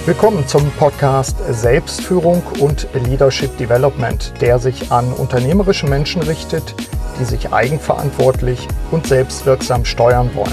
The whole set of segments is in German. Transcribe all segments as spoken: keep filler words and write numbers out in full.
Willkommen zum Podcast Selbstführung und Leadership Development, der sich an unternehmerische Menschen richtet, die sich eigenverantwortlich und selbstwirksam steuern wollen.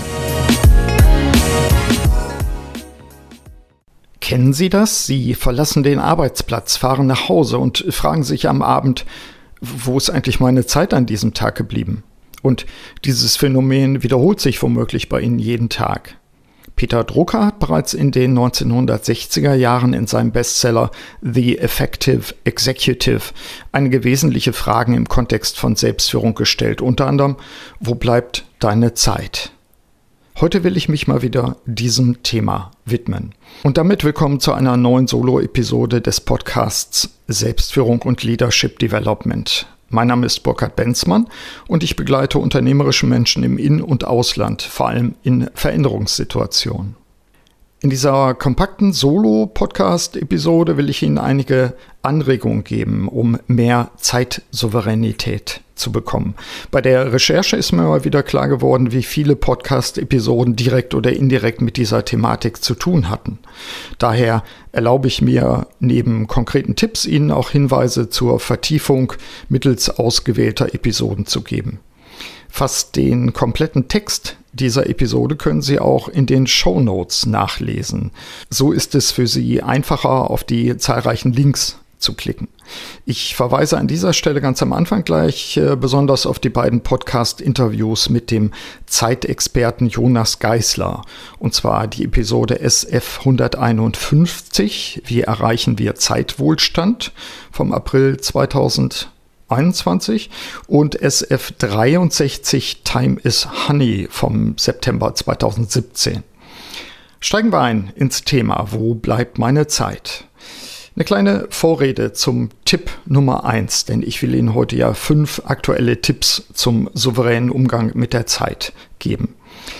Kennen Sie das? Sie verlassen den Arbeitsplatz, fahren nach Hause und fragen sich am Abend, wo ist eigentlich meine Zeit an diesem Tag geblieben? Und dieses Phänomen wiederholt sich womöglich bei Ihnen jeden Tag. Peter Drucker hat bereits in den neunzehnhundertsechziger Jahren in seinem Bestseller The Effective Executive einige wesentliche Fragen im Kontext von Selbstführung gestellt. Unter anderem, wo bleibt deine Zeit? Heute will ich mich mal wieder diesem Thema widmen. Und damit willkommen zu einer neuen Solo-Episode des Podcasts Selbstführung und Leadership Development. Mein Name ist Burkhard Benzmann und ich begleite unternehmerische Menschen im In- und Ausland, vor allem in Veränderungssituationen. In dieser kompakten Solo-Podcast-Episode will ich Ihnen einige Anregungen geben, um mehr Zeitsouveränität zu bekommen. Bei der Recherche ist mir mal wieder klar geworden, wie viele Podcast-Episoden direkt oder indirekt mit dieser Thematik zu tun hatten. Daher erlaube ich mir neben konkreten Tipps Ihnen auch Hinweise zur Vertiefung mittels ausgewählter Episoden zu geben. Fast den kompletten Text dieser Episode können Sie auch in den Shownotes nachlesen. So ist es für Sie einfacher, auf die zahlreichen Links zu klicken. Ich verweise an dieser Stelle ganz am Anfang gleich äh, besonders auf die beiden Podcast-Interviews mit dem Zeitexperten Jonas Geisler. Und zwar die Episode S F hunderteinundfünfzig, wie erreichen wir Zeitwohlstand, vom April zweitausendeinundzwanzig und S F dreiundsechzig Time is Honey vom September zweitausendsiebzehn. Steigen wir ein ins Thema, wo bleibt meine Zeit? Eine kleine Vorrede zum Tipp Nummer eins, denn ich will Ihnen heute ja fünf aktuelle Tipps zum souveränen Umgang mit der Zeit geben.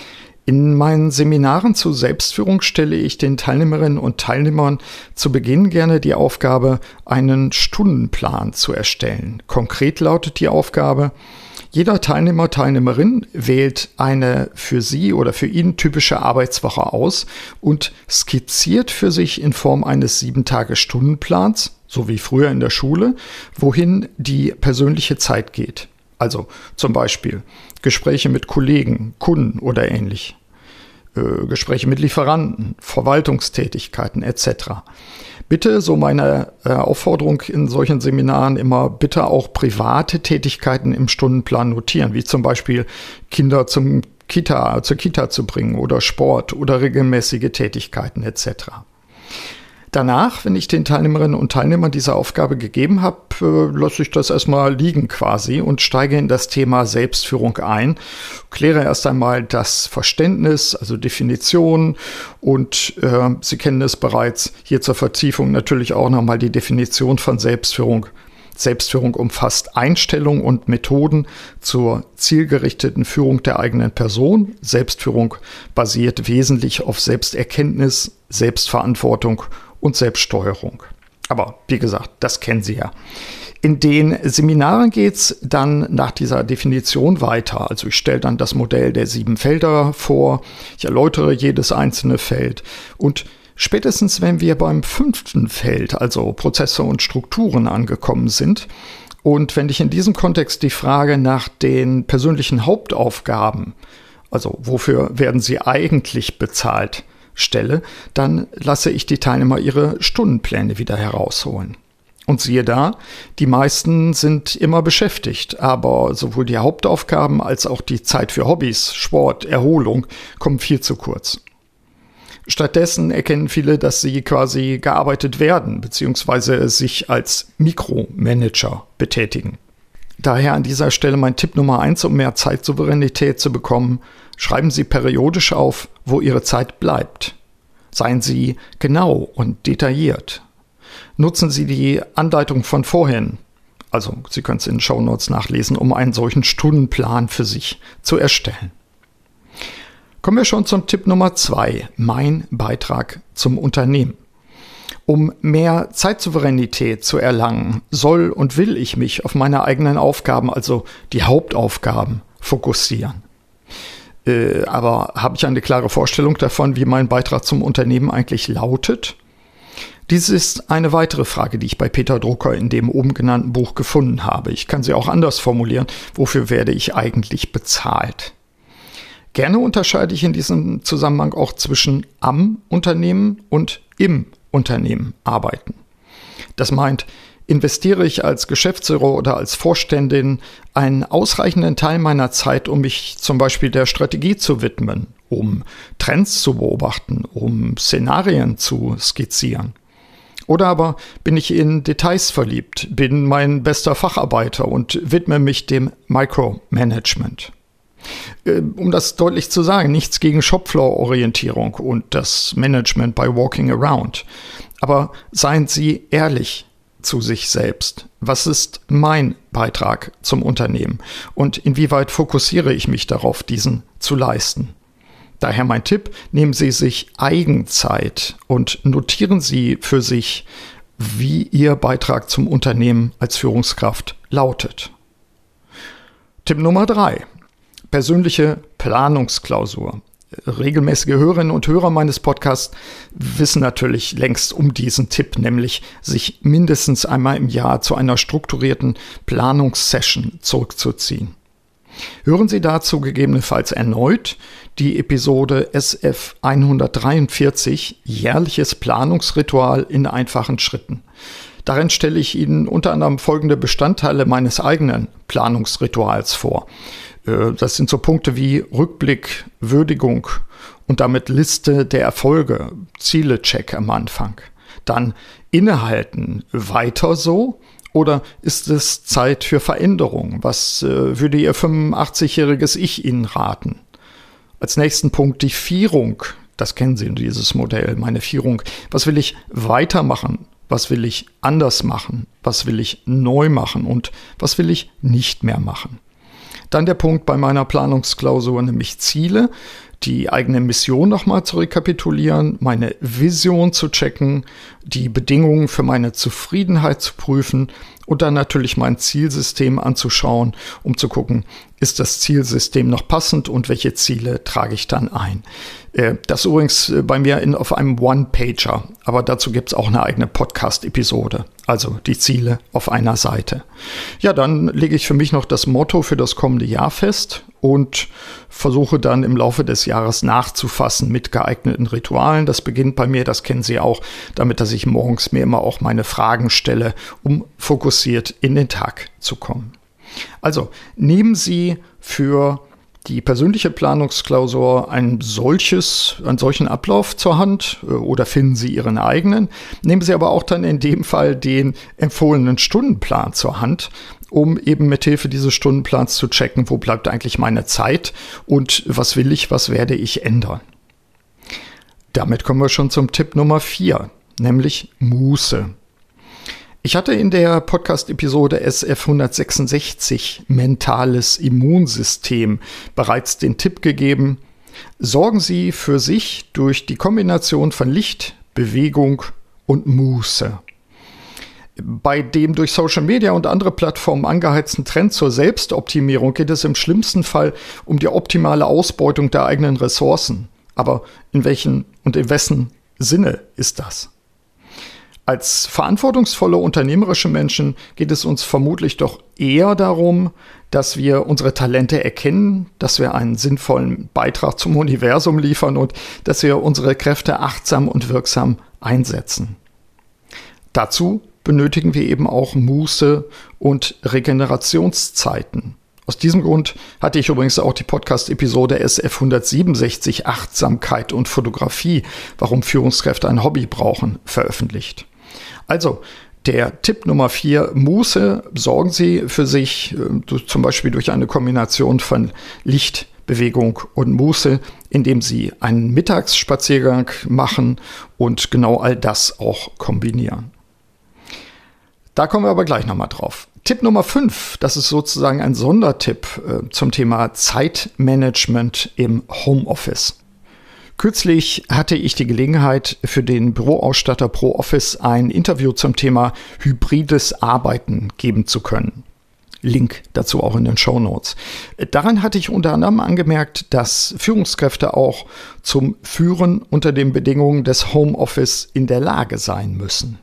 In meinen Seminaren zur Selbstführung stelle ich den Teilnehmerinnen und Teilnehmern zu Beginn gerne die Aufgabe, einen Stundenplan zu erstellen. Konkret lautet die Aufgabe: Jeder Teilnehmer, Teilnehmerin wählt eine für sie oder für ihn typische Arbeitswoche aus und skizziert für sich in Form eines sieben-Tage-Stundenplans, so wie früher in der Schule, wohin die persönliche Zeit geht. Also zum Beispiel Gespräche mit Kollegen, Kunden oder ähnlich, äh, Gespräche mit Lieferanten, Verwaltungstätigkeiten et cetera. Bitte, so meine äh, Aufforderung in solchen Seminaren immer, bitte auch private Tätigkeiten im Stundenplan notieren, wie zum Beispiel Kinder zum Kita, zur Kita zu bringen oder Sport oder regelmäßige Tätigkeiten et cetera. Danach, wenn ich den Teilnehmerinnen und Teilnehmern diese Aufgabe gegeben habe, äh, lasse ich das erstmal liegen quasi und steige in das Thema Selbstführung ein, kläre erst einmal das Verständnis, also Definition und äh, Sie kennen es bereits, hier zur Vertiefung natürlich auch nochmal die Definition von Selbstführung. Selbstführung umfasst Einstellungen und Methoden zur zielgerichteten Führung der eigenen Person. Selbstführung basiert wesentlich auf Selbsterkenntnis, Selbstverantwortung und Selbststeuerung. Aber wie gesagt, das kennen Sie ja. In den Seminaren geht es dann nach dieser Definition weiter. Also ich stelle dann das Modell der sieben Felder vor, ich erläutere jedes einzelne Feld und spätestens wenn wir beim fünften Feld, also Prozesse und Strukturen, angekommen sind und wenn ich in diesem Kontext die Frage nach den persönlichen Hauptaufgaben, also wofür werden sie eigentlich bezahlt, stelle, dann lasse ich die Teilnehmer ihre Stundenpläne wieder herausholen. Und siehe da, die meisten sind immer beschäftigt, aber sowohl die Hauptaufgaben als auch die Zeit für Hobbys, Sport, Erholung kommen viel zu kurz. Stattdessen erkennen viele, dass sie quasi gearbeitet werden, beziehungsweise sich als Mikromanager betätigen. Daher an dieser Stelle mein Tipp Nummer eins, um mehr Zeitsouveränität zu bekommen: Schreiben Sie periodisch auf, wo Ihre Zeit bleibt. Seien Sie genau und detailliert. Nutzen Sie die Anleitung von vorhin, also Sie können es in den Shownotes nachlesen, um einen solchen Stundenplan für sich zu erstellen. Kommen wir schon zum Tipp Nummer zwei, mein Beitrag zum Unternehmen. Um mehr Zeitsouveränität zu erlangen, soll und will ich mich auf meine eigenen Aufgaben, also die Hauptaufgaben, fokussieren. Äh, aber habe ich eine klare Vorstellung davon, wie mein Beitrag zum Unternehmen eigentlich lautet? Dies ist eine weitere Frage, die ich bei Peter Drucker in dem oben genannten Buch gefunden habe. Ich kann sie auch anders formulieren. Wofür werde ich eigentlich bezahlt? Gerne unterscheide ich in diesem Zusammenhang auch zwischen am Unternehmen und im Unternehmen arbeiten. Das meint, investiere ich als Geschäftsführer oder als Vorständin einen ausreichenden Teil meiner Zeit, um mich zum Beispiel der Strategie zu widmen, um Trends zu beobachten, um Szenarien zu skizzieren. Oder aber bin ich in Details verliebt, bin mein bester Facharbeiter und widme mich dem Micromanagement. Um das deutlich zu sagen, nichts gegen Shopfloor-Orientierung und das Management by Walking Around. Aber seien Sie ehrlich zu sich selbst. Was ist mein Beitrag zum Unternehmen? Und inwieweit fokussiere ich mich darauf, diesen zu leisten? Daher mein Tipp, nehmen Sie sich Eigenzeit und notieren Sie für sich, wie Ihr Beitrag zum Unternehmen als Führungskraft lautet. Tipp Nummer drei. Persönliche Planungsklausur. Regelmäßige Hörerinnen und Hörer meines Podcasts wissen natürlich längst um diesen Tipp, nämlich sich mindestens einmal im Jahr zu einer strukturierten Planungssession zurückzuziehen. Hören Sie dazu gegebenenfalls erneut die Episode S F hundertdreiundvierzig, jährliches Planungsritual in einfachen Schritten. Darin stelle ich Ihnen unter anderem folgende Bestandteile meines eigenen Planungsrituals vor. Das sind so Punkte wie Rückblick, Würdigung und damit Liste der Erfolge, Ziele-Check am Anfang. Dann innehalten, weiter so? Oder ist es Zeit für Veränderung? Was äh, würde Ihr fünfundachtzigjähriges Ich Ihnen raten? Als nächsten Punkt die Vierung. Das kennen Sie, dieses Modell, meine Vierung. Was will ich weitermachen? Was will ich anders machen? Was will ich neu machen? Und was will ich nicht mehr machen? Dann der Punkt bei meiner Planungsklausur, nämlich Ziele, die eigene Mission nochmal zu rekapitulieren, meine Vision zu checken, die Bedingungen für meine Zufriedenheit zu prüfen und dann natürlich mein Zielsystem anzuschauen, um zu gucken, ist das Zielsystem noch passend und welche Ziele trage ich dann ein. Das übrigens bei mir in, auf einem One-Pager, aber dazu gibt es auch eine eigene Podcast-Episode, also die Ziele auf einer Seite. Ja, dann lege ich für mich noch das Motto für das kommende Jahr fest und versuche dann im Laufe des Jahres nachzufassen mit geeigneten Ritualen. Das beginnt bei mir, das kennen Sie auch, damit, dass ich morgens mir immer auch meine Fragen stelle, um fokussiert in den Tag zu kommen. Also nehmen Sie für die persönliche Planungsklausur ein solches, einen solchen Ablauf zur Hand oder finden Sie Ihren eigenen. Nehmen Sie aber auch dann in dem Fall den empfohlenen Stundenplan zur Hand, um eben mithilfe dieses Stundenplans zu checken, wo bleibt eigentlich meine Zeit und was will ich, was werde ich ändern. Damit kommen wir schon zum Tipp Nummer vier, nämlich Muße. Ich hatte in der Podcast-Episode S F hundertsechsundsechzig Mentales Immunsystem bereits den Tipp gegeben, sorgen Sie für sich durch die Kombination von Licht, Bewegung und Muße. Bei dem durch Social Media und andere Plattformen angeheizten Trend zur Selbstoptimierung geht es im schlimmsten Fall um die optimale Ausbeutung der eigenen Ressourcen. Aber in welchen und in wessen Sinne ist das? Als verantwortungsvolle unternehmerische Menschen geht es uns vermutlich doch eher darum, dass wir unsere Talente erkennen, dass wir einen sinnvollen Beitrag zum Universum liefern und dass wir unsere Kräfte achtsam und wirksam einsetzen. Dazu benötigen wir eben auch Muße und Regenerationszeiten. Aus diesem Grund hatte ich übrigens auch die Podcast-Episode S F hundertsiebenundsechzig Achtsamkeit und Fotografie, warum Führungskräfte ein Hobby brauchen, veröffentlicht. Also, der Tipp Nummer vier, Muße, sorgen Sie für sich, äh, zum Beispiel durch eine Kombination von Licht, Bewegung und Muße, indem Sie einen Mittagsspaziergang machen und genau all das auch kombinieren. Da kommen wir aber gleich nochmal drauf. Tipp Nummer fünf, das ist sozusagen ein Sondertipp äh, zum Thema Zeitmanagement im Homeoffice. Kürzlich hatte ich die Gelegenheit, für den Büroausstatter ProOffice ein Interview zum Thema hybrides Arbeiten geben zu können. Link dazu auch in den Shownotes. Daran hatte ich unter anderem angemerkt, dass Führungskräfte auch zum Führen unter den Bedingungen des Homeoffice in der Lage sein müssen.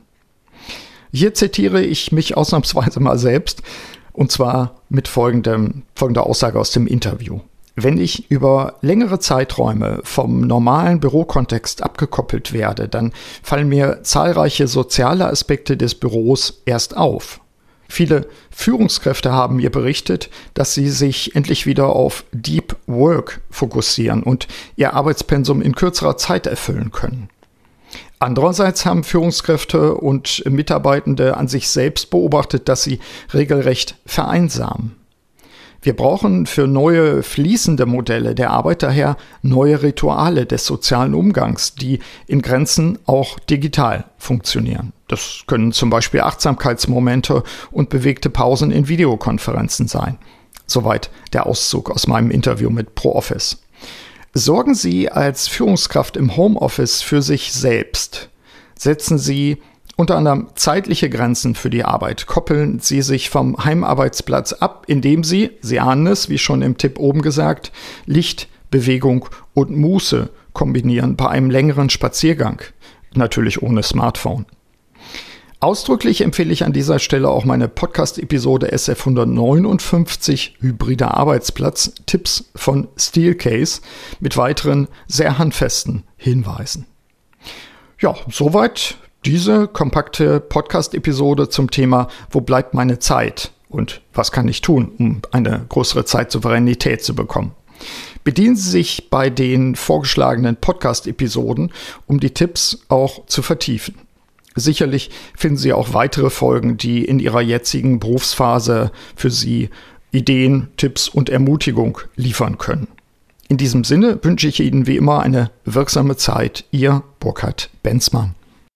Hier zitiere ich mich ausnahmsweise mal selbst, und zwar mit folgendem, folgender Aussage aus dem Interview. Wenn ich über längere Zeiträume vom normalen Bürokontext abgekoppelt werde, dann fallen mir zahlreiche soziale Aspekte des Büros erst auf. Viele Führungskräfte haben mir berichtet, dass sie sich endlich wieder auf Deep Work fokussieren und ihr Arbeitspensum in kürzerer Zeit erfüllen können. Andererseits haben Führungskräfte und Mitarbeitende an sich selbst beobachtet, dass sie regelrecht vereinsamen. Wir brauchen für neue fließende Modelle der Arbeit daher neue Rituale des sozialen Umgangs, die in Grenzen auch digital funktionieren. Das können zum Beispiel Achtsamkeitsmomente und bewegte Pausen in Videokonferenzen sein. Soweit der Auszug aus meinem Interview mit ProOffice. Sorgen Sie als Führungskraft im Homeoffice für sich selbst. Setzen Sie unter anderem zeitliche Grenzen für die Arbeit. Koppeln Sie sich vom Heimarbeitsplatz ab, indem Sie, Sie ahnen es, wie schon im Tipp oben gesagt, Licht, Bewegung und Muße kombinieren bei einem längeren Spaziergang. Natürlich ohne Smartphone. Ausdrücklich empfehle ich an dieser Stelle auch meine Podcast-Episode S F hundertneunundfünfzig Hybrider Arbeitsplatz, Tipps von Steelcase mit weiteren sehr handfesten Hinweisen. Ja, soweit diese kompakte Podcast-Episode zum Thema Wo bleibt meine Zeit und was kann ich tun, um eine größere Zeitsouveränität zu bekommen. Bedienen Sie sich bei den vorgeschlagenen Podcast-Episoden, um die Tipps auch zu vertiefen. Sicherlich finden Sie auch weitere Folgen, die in Ihrer jetzigen Berufsphase für Sie Ideen, Tipps und Ermutigung liefern können. In diesem Sinne wünsche ich Ihnen wie immer eine wirksame Zeit. Ihr Burkhard Benzmann.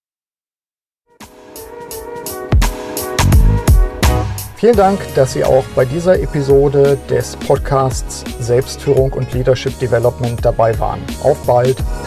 Vielen Dank, dass Sie auch bei dieser Episode des Podcasts Selbstführung und Leadership Development dabei waren. Auf bald!